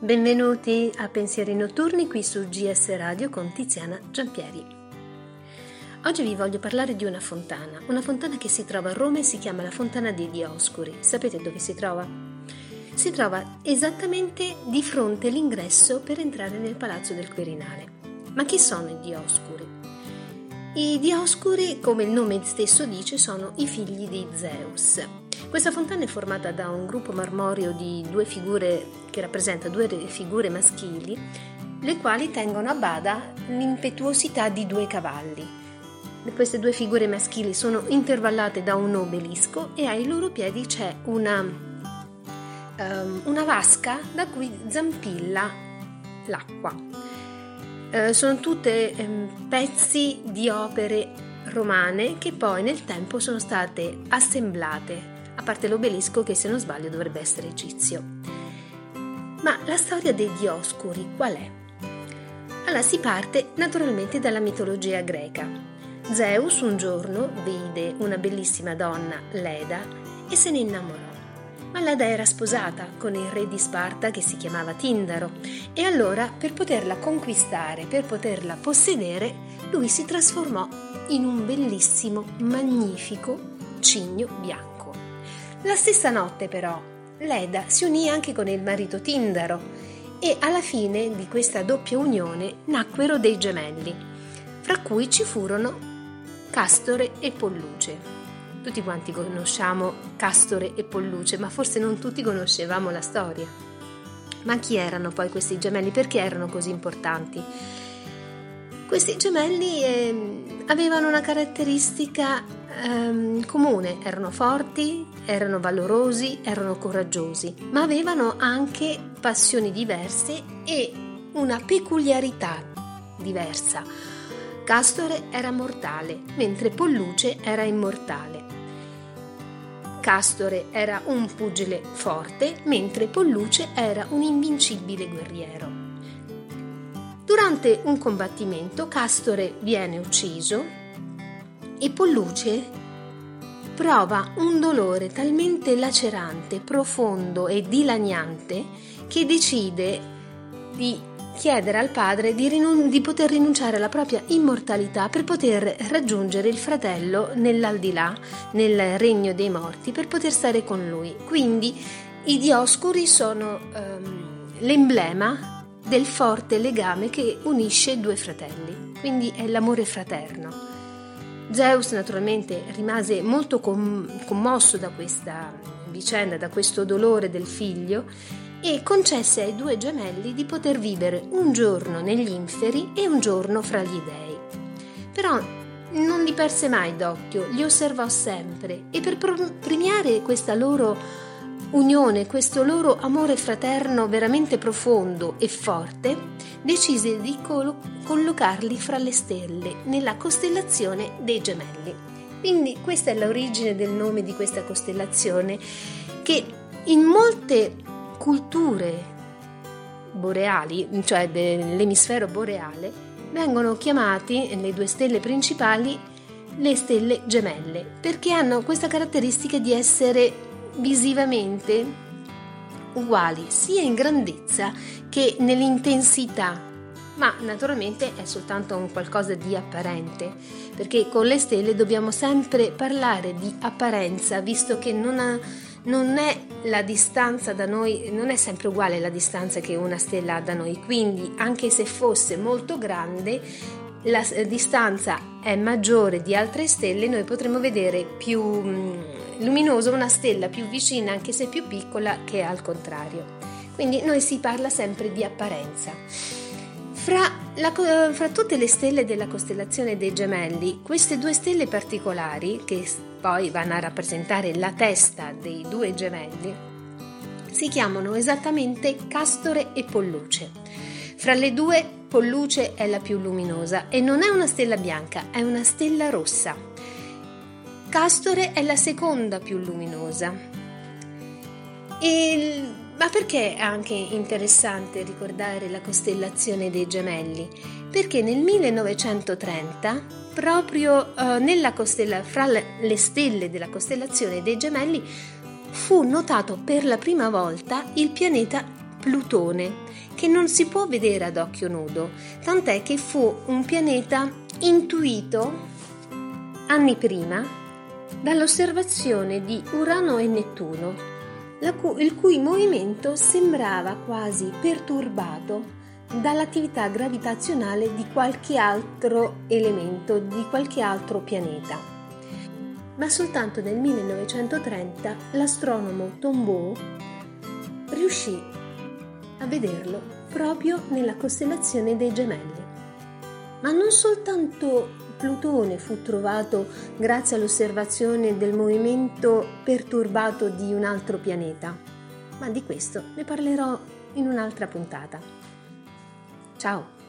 Benvenuti a Pensieri Notturni qui su GS Radio con Tiziana Giampieri. Oggi vi voglio parlare di una fontana che si trova a Roma e si chiama la Fontana dei Dioscuri. Sapete dove si trova? Si trova esattamente di fronte all'ingresso per entrare nel Palazzo del Quirinale. Ma chi sono i Dioscuri? I Dioscuri, come il nome stesso dice, sono i figli di Zeus. Questa fontana è formata da un gruppo marmoreo di due figure che rappresenta due figure maschili, le quali tengono a bada l'impetuosità di due cavalli. Queste due figure maschili sono intervallate da un obelisco e ai loro piedi c'è una vasca da cui zampilla l'acqua. Sono tutte pezzi di opere romane che poi nel tempo sono state assemblate, a parte l'obelisco che, se non sbaglio, dovrebbe essere egizio. Ma la storia dei Dioscuri qual è? Allora, si parte naturalmente dalla mitologia greca. Zeus un giorno vide una bellissima donna, Leda, e se ne innamorò. Ma Leda era sposata con il re di Sparta che si chiamava Tindaro, e allora per poterla conquistare, per poterla possedere, lui si trasformò in un bellissimo, magnifico cigno bianco. La stessa notte però Leda si unì anche con il marito Tindaro e alla fine di questa doppia unione nacquero dei gemelli, fra cui ci furono Castore e Polluce. Tutti quanti conosciamo Castore e Polluce, ma forse non tutti conoscevamo la storia. Ma chi erano poi questi gemelli? Perché erano così importanti? Questi gemelli avevano una caratteristica comune, erano forti, erano valorosi, erano coraggiosi, ma avevano anche passioni diverse e una peculiarità diversa. Castore era mortale, mentre Polluce era immortale. Castore era un pugile forte, mentre Polluce era un invincibile guerriero. Durante un combattimento Castore viene ucciso e Polluce prova un dolore talmente lacerante, profondo e dilaniante che decide di chiedere al padre di poter rinunciare alla propria immortalità per poter raggiungere il fratello nell'aldilà, nel regno dei morti, per poter stare con lui. Quindi i Dioscuri sono l'emblema del forte legame che unisce due fratelli, quindi è l'amore fraterno. Zeus naturalmente rimase molto commosso da questa vicenda, da questo dolore del figlio, e concesse ai due gemelli di poter vivere un giorno negli inferi e un giorno fra gli dei. Però non li perse mai d'occhio, li osservò sempre, e per premiare questa loro unione, questo loro amore fraterno veramente profondo e forte, decise di collocarli fra le stelle nella costellazione dei gemelli. Quindi questa è l'origine del nome di questa costellazione, che in molte culture boreali, cioè dell'emisfero boreale, vengono chiamati le due stelle principali le stelle gemelle, perché hanno questa caratteristica di essere visivamente uguali sia in grandezza che nell'intensità, ma naturalmente è soltanto un qualcosa di apparente, perché con le stelle dobbiamo sempre parlare di apparenza, visto che non è la distanza da noi, non è sempre uguale la distanza che una stella ha da noi, quindi anche se fosse molto grande, la distanza è maggiore di altre stelle, noi potremo vedere più luminosa una stella più vicina, anche se più piccola, che al contrario. Quindi noi si parla sempre di apparenza. Fra tutte le stelle della costellazione dei gemelli, queste due stelle particolari, che poi vanno a rappresentare la testa dei due gemelli, si chiamano esattamente Castore e Polluce. Fra le due, Polluce è la più luminosa e non è una stella bianca, è una stella rossa. Castore è la seconda più luminosa. Ma perché è anche interessante ricordare la costellazione dei gemelli? Perché nel 1930, proprio fra le stelle della costellazione dei gemelli, fu notato per la prima volta il pianeta Plutone, che non si può vedere ad occhio nudo, tant'è che fu un pianeta intuito anni prima dall'osservazione di Urano e Nettuno, il cui movimento sembrava quasi perturbato dall'attività gravitazionale di qualche altro elemento, di qualche altro pianeta. Ma soltanto nel 1930 l'astronomo Tombaugh riuscì a vederlo proprio nella costellazione dei Gemelli. Ma non soltanto Plutone fu trovato grazie all'osservazione del movimento perturbato di un altro pianeta, ma di questo ne parlerò in un'altra puntata. Ciao!